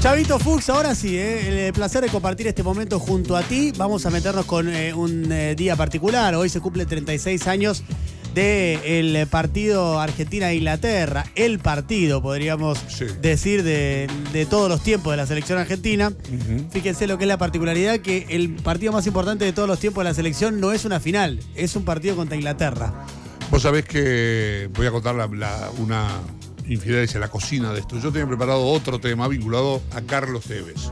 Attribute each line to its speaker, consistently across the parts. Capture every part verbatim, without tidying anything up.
Speaker 1: Chavito Fuchs, ahora sí, eh, el placer de compartir este momento junto a ti. Vamos a meternos con eh, un eh, día particular. Hoy se cumple treinta y seis años del partido Argentina-Inglaterra. El partido, podríamos sí. decir, de, de todos los tiempos de la selección argentina. Uh-huh. Fíjense lo que es la particularidad, que el partido más importante de todos los tiempos de la selección no es una final, es un partido contra Inglaterra.
Speaker 2: Vos sabés que voy a contar la, la, una... infidencia, la cocina de esto. Yo tenía preparado otro tema vinculado a Carlos Tevez,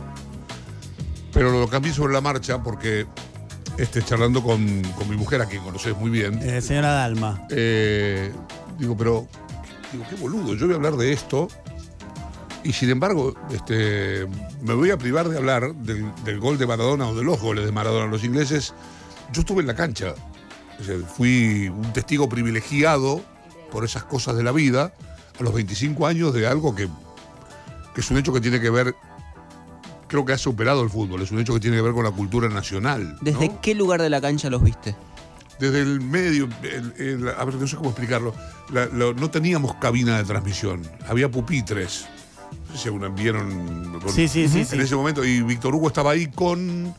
Speaker 2: pero lo cambié sobre la marcha porque este, charlando con, con mi mujer, a quien conocés muy bien,
Speaker 1: eh, señora Dalma,
Speaker 2: eh, digo, pero digo, qué boludo, yo voy a hablar de esto y sin embargo este, me voy a privar de hablar del, del gol de Maradona o de los goles de Maradona. Los ingleses, yo estuve en la cancha, o sea, fui un testigo privilegiado por esas cosas de la vida a los veinticinco años de algo que, que es un hecho que tiene que ver, creo que ha superado el fútbol, es un hecho que tiene que ver con la cultura nacional.
Speaker 3: ¿Desde
Speaker 2: ¿no?
Speaker 3: qué lugar de la cancha los viste?
Speaker 2: Desde el medio, el, el, a ver, no sé cómo explicarlo, la, la, no teníamos cabina de transmisión, había pupitres, no sé si alguna vieron con,
Speaker 1: sí, sí, sí,
Speaker 2: en
Speaker 1: sí.
Speaker 2: ese momento, y Víctor Hugo estaba ahí con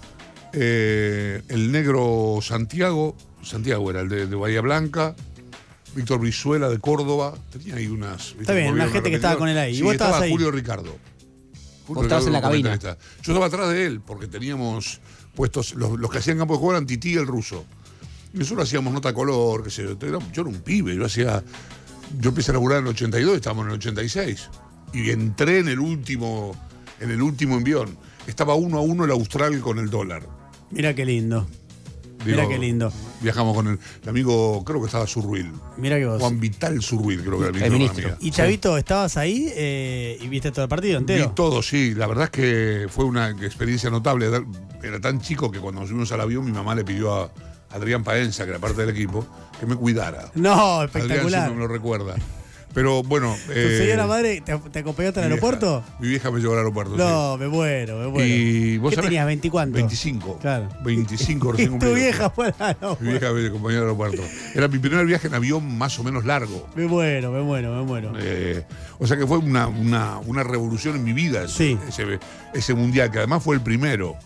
Speaker 2: eh, el negro Santiago, Santiago era el de, de Bahía Blanca, Víctor Brizuela de Córdoba, tenía ahí unas...
Speaker 1: Está bien, una gente que estaba con él ahí.
Speaker 2: Sí,
Speaker 1: ¿Y vos
Speaker 2: estaba
Speaker 1: estabas ahí?
Speaker 2: Julio Ricardo.
Speaker 3: Julio vos estabas en la cabina.
Speaker 2: Yo estaba atrás de él, porque teníamos puestos, los, los que hacían campo de juego eran Tití y el ruso. Y nosotros hacíamos nota color, qué sé yo. Yo era un pibe, yo hacía... Yo empecé a laburar en el ochenta y dos, estábamos en el ochenta y seis. Y entré en el último, en el último envión. Estaba uno a uno el austral con el dólar.
Speaker 1: Mira qué lindo.
Speaker 2: Digo,
Speaker 1: Mira qué lindo.
Speaker 2: Viajamos con el, el amigo, creo que estaba Zurruil.
Speaker 1: Mira que vos.
Speaker 2: Juan Vital Zurruil, creo que era el,
Speaker 3: el ministro.
Speaker 1: Y Chavito, ¿estabas ahí eh, y viste todo el partido entero?
Speaker 2: Vi todo, sí. La verdad es que fue una experiencia notable. Era tan chico que cuando nos subimos al avión mi mamá le pidió a Adrián Paenza, que era parte del equipo, que me cuidara.
Speaker 1: No, espectacular.
Speaker 2: Adrián sí me lo recuerda. Pero bueno...
Speaker 1: ¿Tu
Speaker 2: eh,
Speaker 1: señora madre te, te acompañó hasta el
Speaker 2: vieja,
Speaker 1: aeropuerto?
Speaker 2: Mi vieja me llevó al aeropuerto,
Speaker 1: No,
Speaker 2: sí.
Speaker 1: me muero, me muero.
Speaker 2: Y vos
Speaker 1: ¿Qué
Speaker 2: sabés,
Speaker 1: tenías, veinticuántos?
Speaker 2: veinticinco.
Speaker 1: Claro.
Speaker 2: veinticinco
Speaker 1: Y
Speaker 2: recién
Speaker 1: tu
Speaker 2: cumplidos.
Speaker 1: vieja fue al
Speaker 2: Mi vieja me acompañó al aeropuerto. Era mi primer viaje en avión más o menos largo.
Speaker 1: Me muero, me muero, me muero.
Speaker 2: Eh, o sea que fue una, una, una revolución en mi vida ese,
Speaker 1: Sí.
Speaker 2: ese, ese mundial, que además fue el primero.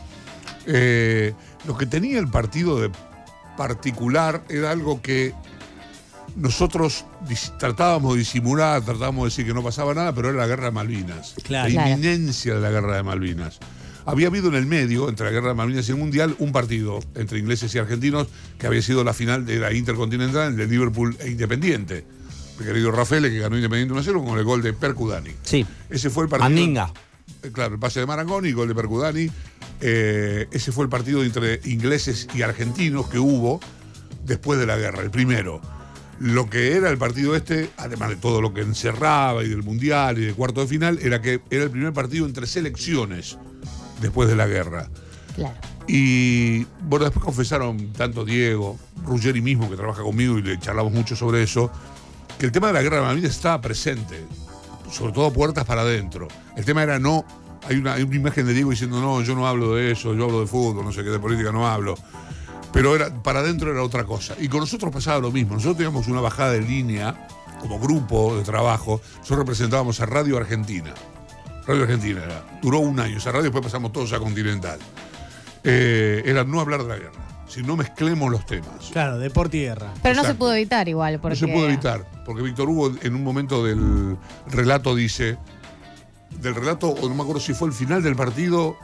Speaker 2: Eh, lo que tenía el partido de particular era algo que nosotros tratábamos de disimular, tratábamos de decir que no pasaba nada, pero era la guerra de Malvinas.
Speaker 1: Claro.
Speaker 2: La
Speaker 4: Claro.
Speaker 2: inminencia de la guerra de Malvinas. Había habido en el medio, entre la guerra de Malvinas y el Mundial, un partido entre ingleses y argentinos que había sido la final de la Intercontinental de Liverpool e Independiente. Mi querido Rafael, que ganó Independiente uno a cero con el gol de Percudani.
Speaker 3: Sí.
Speaker 2: Ese fue el partido.
Speaker 3: Andinga.
Speaker 2: Eh, Claro, el pase de Marangoni, gol de Percudani. Eh, ese fue el partido entre ingleses y argentinos que hubo después de la guerra, el primero. Lo que era el partido este, además de todo lo que encerraba y del Mundial y del cuarto de final, era que era el primer partido entre selecciones después de la guerra.
Speaker 4: Claro.
Speaker 2: Y bueno, después confesaron tanto Diego, Ruggeri mismo, que trabaja conmigo y le charlamos mucho sobre eso, que el tema de la guerra de Malvinas estaba presente, sobre todo puertas para adentro. El tema era no, hay una, hay una imagen de Diego diciendo no, yo no hablo de eso, yo hablo de fútbol, no sé qué, de política no hablo. Pero era, para adentro era otra cosa. Y con nosotros pasaba lo mismo. Nosotros teníamos una bajada de línea, como grupo de trabajo. Nosotros representábamos a Radio Argentina. Radio Argentina era. Duró un año. Esa radio, después pasamos todos a Continental. Eh, era no hablar de la guerra. Si no mezclemos los temas.
Speaker 1: Claro, deporte y guerra.
Speaker 4: Pero no se
Speaker 2: Exacto.
Speaker 4: pudo evitar igual. Porque...
Speaker 2: No se pudo evitar. Porque Víctor Hugo, en un momento del relato, dice... Del relato, o no me acuerdo si fue el final del partido...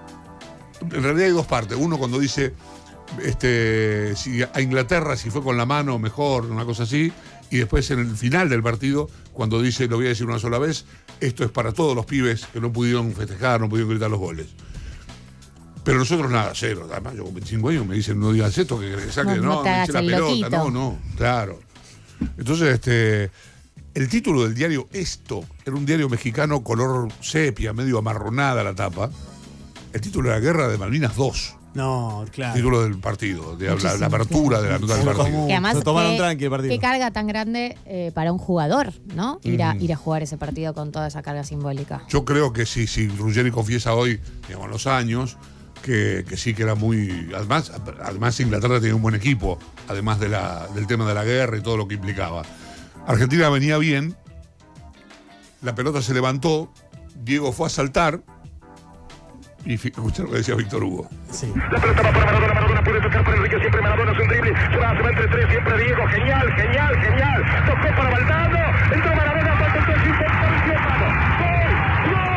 Speaker 2: En realidad hay dos partes. Uno cuando dice... Este, si a Inglaterra, si fue con la mano, mejor, una cosa así. Y después en el final del partido, cuando dice, lo voy a decir una sola vez, esto es para todos los pibes que no pudieron festejar, no pudieron gritar los goles. Pero nosotros nada, cero. Además, yo con veinticinco años me dicen, no digas esto, que saque,
Speaker 4: No,
Speaker 2: no,
Speaker 4: no te
Speaker 2: me
Speaker 4: hagas
Speaker 2: eche la
Speaker 4: el
Speaker 2: pelota.
Speaker 4: loquito.
Speaker 2: No, no, claro. Entonces, este, el título del diario Esto, era un diario mexicano color sepia, medio amarronada la tapa. El título era Guerra de Malvinas dos.
Speaker 1: No, claro.
Speaker 2: Título del partido, de la, la apertura de la nota del partido.
Speaker 4: Que además,
Speaker 1: Se tomaron
Speaker 4: qué-
Speaker 1: tranqui el partido.
Speaker 4: qué carga tan grande eh, para un jugador, ¿no? Ir a,
Speaker 2: Mm.
Speaker 4: ir a jugar ese partido con toda esa carga simbólica.
Speaker 2: Yo creo que sí, si Ruggeri confiesa hoy, digamos, los años, que, que sí que era muy... Además, además Inglaterra tenía un buen equipo, además de la, del tema de la guerra y todo lo que implicaba. Argentina venía bien, la pelota se levantó, Diego fue a saltar y escucharon lo que decía Víctor Hugo.
Speaker 1: Sí.
Speaker 5: La pelota va para Maradona, Maradona puede tocar para Enrique, siempre Maradona es un drible, se va, se va entre tres, siempre Diego, genial, genial, genial, tocó para Valdano, entró Maradona, falta el tres, importancia, mano, gol, gol.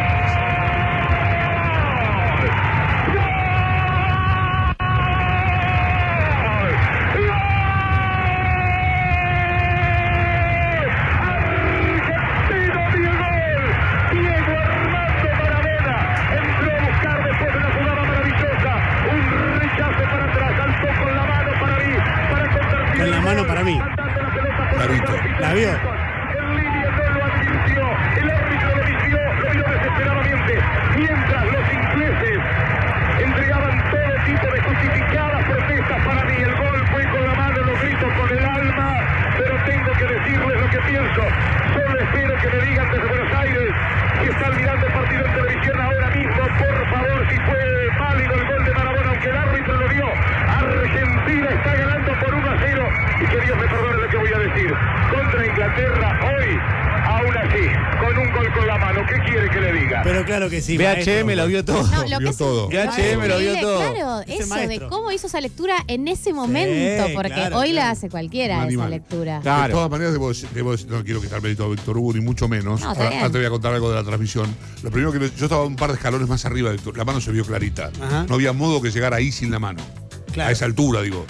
Speaker 1: Con la mano para mí.
Speaker 2: Clarito.
Speaker 1: ¿La vio?
Speaker 5: El línea no lo advirtió, el árbitro lo vistió, lo vio desesperadamente, mientras los ingleses entregaban todo tipo de justificadas protestas para mí. El gol fue con la mano, lo grito con el alma, pero tengo que decirles lo que pienso. Solo espero que me digan desde Buenos Aires si están mirando el partido en televisión ahora mismo, por favor, si fue válido el gol de Maradona, aunque el árbitro lo vio. Argentina está ganando por uno a cero y que Dios me perdone lo que voy a decir. Contra Inglaterra hoy, aún así, con un gol con la mano. ¿Qué quiere que le diga?
Speaker 1: Pero claro que sí.
Speaker 3: V H M
Speaker 1: maestro.
Speaker 3: lo vio todo.
Speaker 4: No, lo que
Speaker 2: Vio
Speaker 4: es-
Speaker 2: todo.
Speaker 3: V H M lo vio
Speaker 4: increíble,
Speaker 3: todo.
Speaker 4: Claro,
Speaker 1: Es el
Speaker 4: eso
Speaker 1: maestro.
Speaker 4: de cómo hizo esa lectura en ese momento, porque
Speaker 1: claro,
Speaker 4: hoy la
Speaker 1: claro.
Speaker 4: hace cualquiera
Speaker 2: Un
Speaker 4: esa
Speaker 2: animal.
Speaker 4: lectura.
Speaker 3: Claro.
Speaker 2: De todas maneras, debo, debo decir, no quiero quitar mérito a Víctor Hugo, ni mucho menos.
Speaker 4: No, está
Speaker 2: ahora,
Speaker 4: bien.
Speaker 2: ahora te voy a contar algo de la transmisión. Lo primero que yo estaba un par de escalones más arriba, de Víctor, la mano se vio clarita.
Speaker 1: Ajá.
Speaker 2: No había modo que llegara ahí sin la mano.
Speaker 1: Claro.
Speaker 2: A esa altura, digo.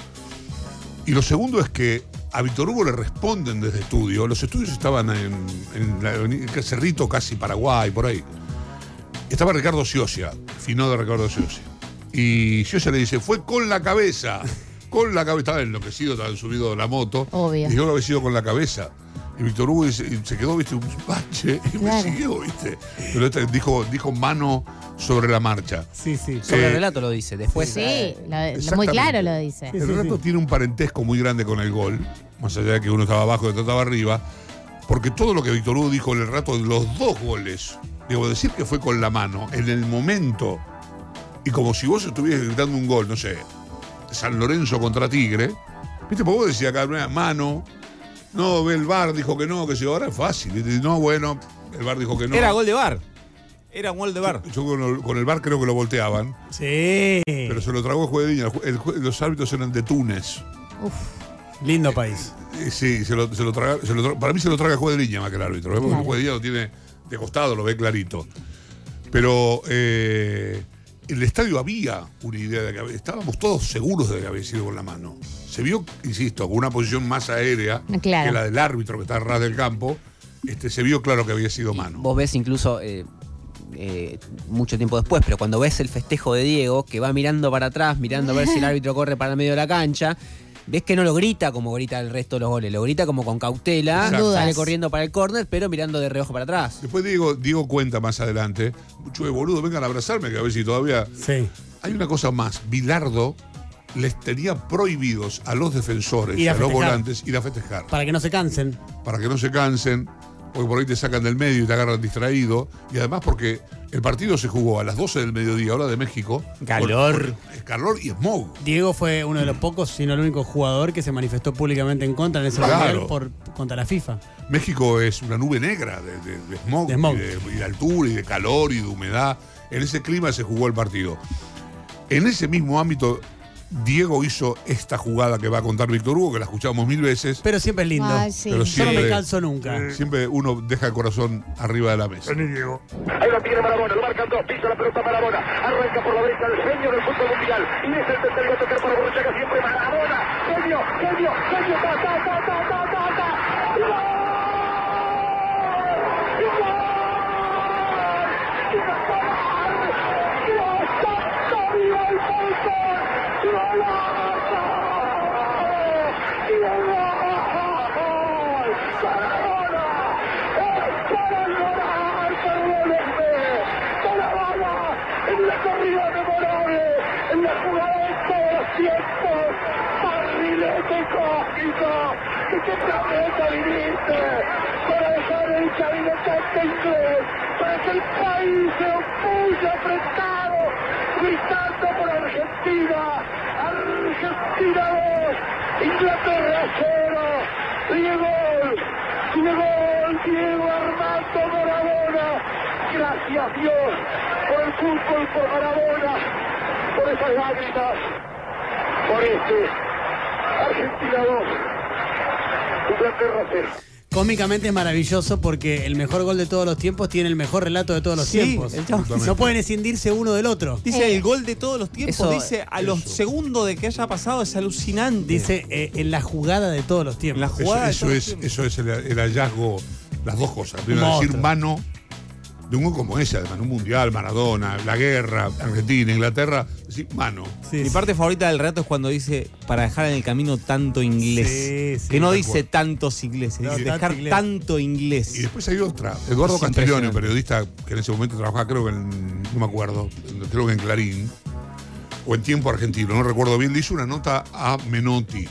Speaker 2: Y lo segundo es que a Víctor Hugo le responden desde estudio. Los estudios estaban en, en la avenida Cerrito, casi Paraguay, por ahí. Estaba Ricardo Sciocia, finó de Ricardo Sciocia. Y Sciocia le dice, fue con la cabeza. Con la cabeza. Estaba enloquecido, estaba subido de la moto.
Speaker 4: Obvio.
Speaker 2: Y dijo que había sido con la cabeza. Y Víctor Hugo dice- y se quedó, viste, un bache. Y me
Speaker 4: Claro.
Speaker 2: siguió, viste. Pero este dijo, dijo mano sobre la marcha.
Speaker 1: Sí, sí.
Speaker 3: Sobre
Speaker 2: Eh,
Speaker 3: el relato lo dice. Después.
Speaker 4: Sí,
Speaker 3: eh,
Speaker 4: lo- lo- muy
Speaker 2: exactamente.
Speaker 4: claro lo dice.
Speaker 1: Sí,
Speaker 2: El
Speaker 1: sí,
Speaker 2: relato
Speaker 1: sí.
Speaker 2: tiene un parentesco muy grande con el gol, más allá de que uno estaba abajo y otro estaba arriba, porque todo lo que Víctor Hugo dijo en el relato de los dos goles, digo, decir que fue con la mano, en el momento, y como si vos estuvieras gritando un gol, no sé, San Lorenzo contra Tigre, viste, porque vos decías acá, mano, no, el V A R dijo que no, que si ahora es fácil, ¿viste? No, bueno, el V A R dijo que no.
Speaker 3: Era gol de bar. Era un gol de bar.
Speaker 2: Yo con el, con el V A R creo que lo volteaban,
Speaker 1: Sí.
Speaker 2: pero se lo tragó el juez de línea. El jue- el jue- los árbitros eran de Túnez.
Speaker 4: Uf,
Speaker 1: Lindo país.
Speaker 2: Eh, Sí, se lo, se lo traga, se lo tra- para mí se lo traga el juez de línea más que el árbitro. ¿eh? Porque
Speaker 4: Claro.
Speaker 2: el juez de línea lo tiene de costado, lo ve clarito. Pero eh, en el estadio había una idea de que había- estábamos todos seguros de que había sido con la mano. Se vio, insisto, con una posición más aérea
Speaker 4: Claro.
Speaker 2: que la del árbitro que está atrás del campo. Este, se vio claro que había sido mano.
Speaker 3: Vos ves incluso eh, eh, mucho tiempo después, pero cuando ves el festejo de Diego, que va mirando para atrás, mirando a ver si el árbitro corre para el medio de la cancha, ves que no lo grita como grita el resto de los goles, lo grita como con cautela,
Speaker 4: Sin dudas.
Speaker 3: sale corriendo para el córner, pero mirando de reojo para atrás.
Speaker 2: Después Diego, Diego cuenta más adelante, mucho de boludo, vengan a abrazarme, que a ver si todavía...
Speaker 1: Sí.
Speaker 2: Hay una cosa más, Bilardo les tenía prohibidos a los defensores y
Speaker 1: Ir a
Speaker 2: a los
Speaker 1: festejar.
Speaker 2: volantes ir a festejar,
Speaker 1: Para que no se cansen.
Speaker 2: para que no se cansen, porque por ahí te sacan del medio y te agarran distraído, y además porque el partido se jugó a las doce del mediodía, hora de México.
Speaker 1: Calor.
Speaker 2: Con- con- es calor y smog.
Speaker 1: Diego fue uno de los pocos, si no el único jugador que se manifestó públicamente en contra en ese
Speaker 2: Claro.
Speaker 1: mundial por contra la FIFA.
Speaker 2: México es una nube negra de, de- de smog,
Speaker 1: De smog.
Speaker 2: Y, de, y de altura y de calor y de humedad. En ese clima se jugó el partido. En ese mismo ámbito, Diego hizo esta jugada que va a contar Víctor Hugo, que la escuchamos mil veces.
Speaker 1: Pero siempre es lindo.
Speaker 4: Ay, sí.
Speaker 2: Pero
Speaker 1: Yo no
Speaker 2: siempre-
Speaker 1: me canso nunca.
Speaker 2: Siempre uno deja el corazón arriba de la mesa.
Speaker 5: Ahí lo tiene Maradona, lo marcan dos, pisa la pelota Maradona, arranca por la derecha el genio del fútbol mundial, y es el tercero a tocar para Borruchaga, siempre Maradona, genio, genio, genio, ta, ta, ta, ta, ta, ta, ta, ¡gol! ¡Gol! En la corrida memorable, en la jugada de todos los tiempos, barrilete cósmico, que qué planeta viniste para dejar el cabinetante inglés, para que el país se opulle apretado, gritando por Argentina, Argentina dos, Inglaterra cero, Diego, Diego, Diego Armando Maradona, Gracias Dios por el fútbol, por Maradona, por esas lágrimas, por este Argentina dos, Inglaterra cero.
Speaker 1: Cómicamente es maravilloso porque el mejor gol de todos los tiempos tiene el mejor relato de todos los
Speaker 6: Sí,
Speaker 1: tiempos.
Speaker 6: el chavo-
Speaker 1: No pueden escindirse uno del otro.
Speaker 6: Dice
Speaker 4: Eh.
Speaker 6: el gol de todos los tiempos,
Speaker 3: Eso-
Speaker 6: dice a los
Speaker 2: eso.
Speaker 6: segundos de que haya pasado, es alucinante.
Speaker 1: Dice eh, en la jugada de todos los tiempos.
Speaker 6: En la
Speaker 2: Eso,
Speaker 6: jugada de
Speaker 2: eso
Speaker 6: todos los
Speaker 2: es,
Speaker 6: tiempos.
Speaker 2: eso es el, el hallazgo, las dos cosas. Primero,
Speaker 1: Un
Speaker 2: decir
Speaker 1: monstruo.
Speaker 2: mano de un gol como ese, además, un mundial, Maradona, la guerra, Argentina, Inglaterra, decir mano.
Speaker 1: Sí,
Speaker 6: Mi
Speaker 1: sí.
Speaker 6: parte favorita del relato es cuando dice para dejar en el camino tanto inglés.
Speaker 1: Sí, sí,
Speaker 6: que no
Speaker 1: tal
Speaker 6: dice
Speaker 2: cual.
Speaker 6: tantos ingleses,
Speaker 1: No,
Speaker 6: dice
Speaker 1: tanto
Speaker 6: dejar
Speaker 1: inglés.
Speaker 6: tanto inglés.
Speaker 2: Y después hay otra. Eduardo
Speaker 6: Es
Speaker 2: Castiglione,
Speaker 6: impresionante.
Speaker 2: periodista que en ese momento trabajaba, creo que en, no me acuerdo, creo que en Clarín, o en Tiempo Argentino, no recuerdo bien, le hizo una nota a Menotti.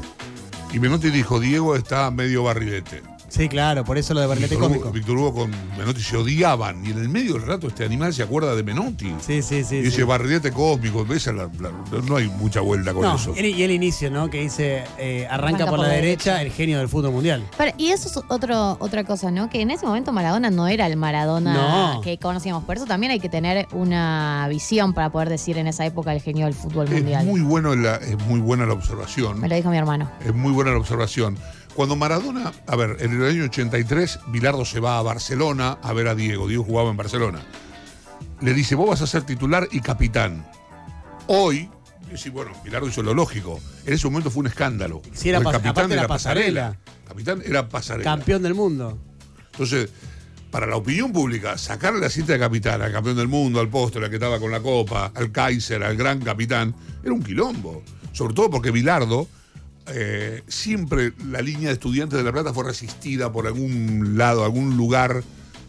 Speaker 2: Y Menotti dijo, Diego está medio barrilete.
Speaker 1: Sí, claro, por eso lo de Barrilete
Speaker 2: Víctor Hugo,
Speaker 1: cómico.
Speaker 2: Víctor Hugo con Menotti se odiaban. Y en el medio del rato este animal se acuerda de Menotti.
Speaker 1: Sí, sí, sí.
Speaker 2: y dice,
Speaker 1: sí.
Speaker 2: barrilete cósmico. Esa la- la- no hay mucha vuelta con
Speaker 1: No,
Speaker 2: eso.
Speaker 1: el- y el inicio, ¿no? Que dice, eh, arranca,
Speaker 4: Arranca
Speaker 1: por, la derecha, el genio del fútbol mundial.
Speaker 4: Pero, y eso es otro, otra cosa, ¿no? Que en ese momento Maradona no era el Maradona
Speaker 1: No.
Speaker 4: que conocíamos. Por eso también hay que tener una visión para poder decir en esa época el genio del fútbol
Speaker 2: Es
Speaker 4: mundial.
Speaker 2: muy, bueno la, es muy buena la observación.
Speaker 4: Me lo dijo mi hermano.
Speaker 2: Es muy buena la observación. Cuando Maradona, a ver, en el año ochenta y tres, Bilardo se va a Barcelona a ver a Diego. Diego jugaba en Barcelona. Le dice, vos vas a ser titular y capitán. Hoy, decís, bueno, Bilardo hizo lo lógico. En ese momento fue un escándalo.
Speaker 1: Sí, era
Speaker 2: Porque
Speaker 1: pas- aparte era pasarela.
Speaker 2: Capitán era pasarela.
Speaker 1: Campeón del mundo.
Speaker 2: Entonces, para la opinión pública, sacarle la cinta de capitán al campeón del mundo, al póster, al que estaba con la copa, al Kaiser, al gran capitán, era un quilombo. Sobre todo porque Bilardo, eh, siempre la línea de Estudiantes de La Plata fue resistida por algún lado, algún lugar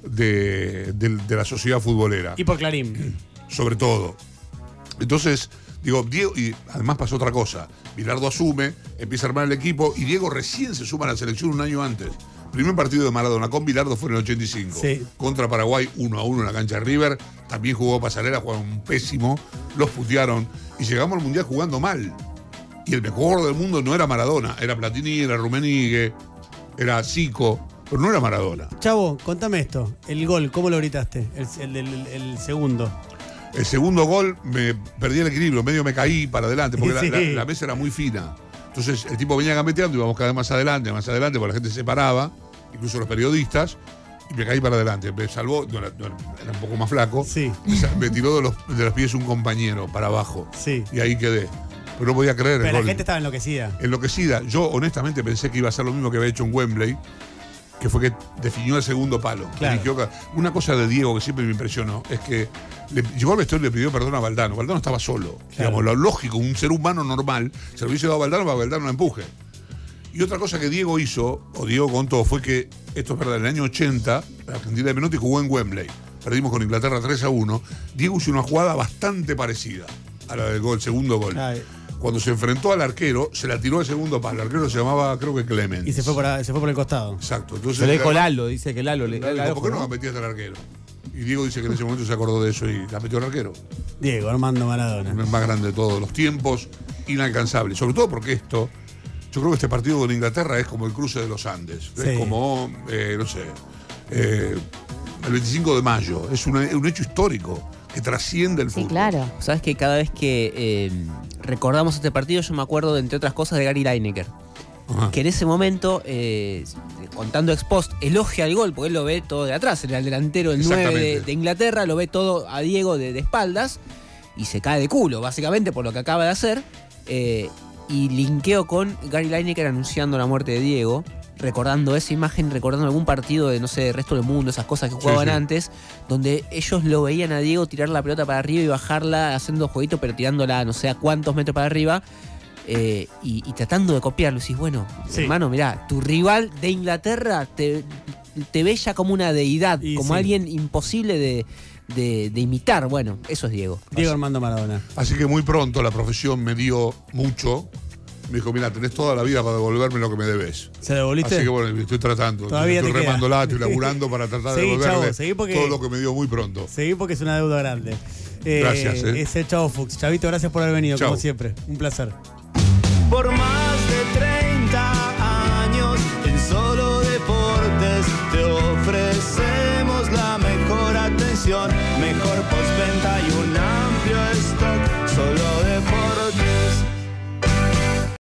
Speaker 2: de, de- de la sociedad futbolera.
Speaker 1: Y por Clarín.
Speaker 2: Sobre todo. Entonces, digo, Diego, y además pasó otra cosa. Bilardo asume, empieza a armar el equipo y Diego recién se suma a la selección un año antes. Primer partido de Maradona con Bilardo fue en el ochenta y cinco.
Speaker 1: Sí.
Speaker 2: Contra Paraguay, uno a uno en la cancha de River. También jugó pasarela, jugaron pésimo. Los putearon. Y llegamos al Mundial jugando mal. Y el mejor del mundo no era Maradona. Era Platini, era Rummenigge, era Zico. Pero no era Maradona.
Speaker 1: Chavo, contame esto. El gol, ¿cómo lo gritaste? El, el, el- el segundo.
Speaker 2: El segundo gol me perdí el equilibrio, medio me caí para adelante, porque la-
Speaker 1: Sí.
Speaker 2: la, la mesa era muy fina. Entonces el tipo venía gambeteando, íbamos cada vez más adelante, más adelante, porque la gente se paraba, incluso los periodistas, y me caí para adelante. Me salvó, no era, no era- era un poco más flaco,
Speaker 1: Sí,
Speaker 2: me, sa- me tiró de los, de los pies un compañero para abajo,
Speaker 1: sí.
Speaker 2: y ahí quedé. Pero no podía creer el
Speaker 1: Pero la
Speaker 2: gol.
Speaker 1: gente estaba enloquecida.
Speaker 2: Enloquecida. Yo honestamente pensé que iba a ser lo mismo que había hecho en Wembley, que fue que definió el segundo palo.
Speaker 1: Claro.
Speaker 2: Eligió ca- Una cosa de Diego que siempre me impresionó es que le, llegó al vestuario y le pidió perdón a Valdano. Valdano estaba solo. Digamos, lo lógico, un ser humano normal, se lo hubiese dado a Valdano para que Valdano no empuje. Y otra cosa que Diego hizo, o Diego contó, fue que, esto es verdad, en el año ochenta, la Argentina de Menotti jugó en Wembley. Perdimos con Inglaterra tres a uno. Diego hizo una jugada bastante parecida a la del gol, segundo gol.
Speaker 1: Ay,
Speaker 2: Cuando se enfrentó al arquero, se la tiró al segundo palo. El arquero se llamaba, creo que Clemens.
Speaker 1: y se fue, por, a- se fue por el costado.
Speaker 2: Exacto. Entonces,
Speaker 6: Se lo dijo
Speaker 2: el-
Speaker 6: Lalo, dice que Lalo le
Speaker 2: Lalo
Speaker 6: Lalo,
Speaker 2: dijo, ¿por qué no
Speaker 6: ¿no?
Speaker 2: la metías al arquero? Y Diego dice que en ese momento se acordó de eso y la metió al arquero.
Speaker 1: Diego Armando Maradona.
Speaker 2: El más grande de todos los tiempos, inalcanzable. Sobre todo porque esto, yo creo que este partido con Inglaterra es como el cruce de los Andes.
Speaker 1: Sí.
Speaker 2: Es como, eh, no sé, eh, el veinticinco de mayo. Es una- un hecho histórico que trasciende el
Speaker 4: Sí,
Speaker 2: fútbol.
Speaker 4: claro.
Speaker 3: Sabes que cada vez que eh, recordamos este partido, yo me acuerdo, de, entre otras cosas, de Gary Lineker.
Speaker 2: Ajá.
Speaker 3: Que en ese momento, eh, contando ex post, elogia el gol, porque él lo ve todo de atrás, era el delantero, el nueve de,
Speaker 2: Exactamente.
Speaker 3: de Inglaterra, lo ve todo a Diego de, de espaldas y se cae de culo, básicamente, por lo que acaba de hacer. Eh, y linkeo con Gary Lineker anunciando la muerte de Diego, recordando esa imagen, recordando algún partido de, no sé, del resto del mundo, esas cosas que
Speaker 2: Sí,
Speaker 3: jugaban
Speaker 2: sí.
Speaker 3: antes, donde ellos lo veían a Diego tirar la pelota para arriba y bajarla haciendo jueguito, pero tirándola no sé a cuántos metros para arriba. eh, y, y tratando de copiarlo. Y decís, bueno,
Speaker 1: Sí.
Speaker 3: hermano, mirá, tu rival de Inglaterra te, te ve ya como una deidad,
Speaker 1: Y
Speaker 3: como
Speaker 1: sí.
Speaker 3: alguien imposible de, de- de imitar. Bueno, eso es Diego.
Speaker 1: Diego Armando Maradona.
Speaker 2: Así que muy pronto la profesión me dio mucho. Me dijo, mira, tenés toda la vida para devolverme lo que me debes.
Speaker 1: ¿Se devolviste?
Speaker 2: Así que bueno, estoy tratando.
Speaker 1: Todavía
Speaker 2: estoy
Speaker 1: te queda.
Speaker 2: remándola, estoy laburando para tratar de
Speaker 1: Seguí,
Speaker 2: devolverle
Speaker 1: chavo, seguí porque-
Speaker 2: todo lo que me dio muy pronto.
Speaker 1: Seguí porque es una deuda grande. Eh,
Speaker 2: Gracias, eh.
Speaker 1: Es el Chavo Fuchs. Chavito, gracias por haber venido,
Speaker 2: Chau.
Speaker 1: como siempre. Un placer.
Speaker 7: Por más de treinta años en Solo Deportes te ofrecemos la mejor atención. Mejor postventa y un amplio stock.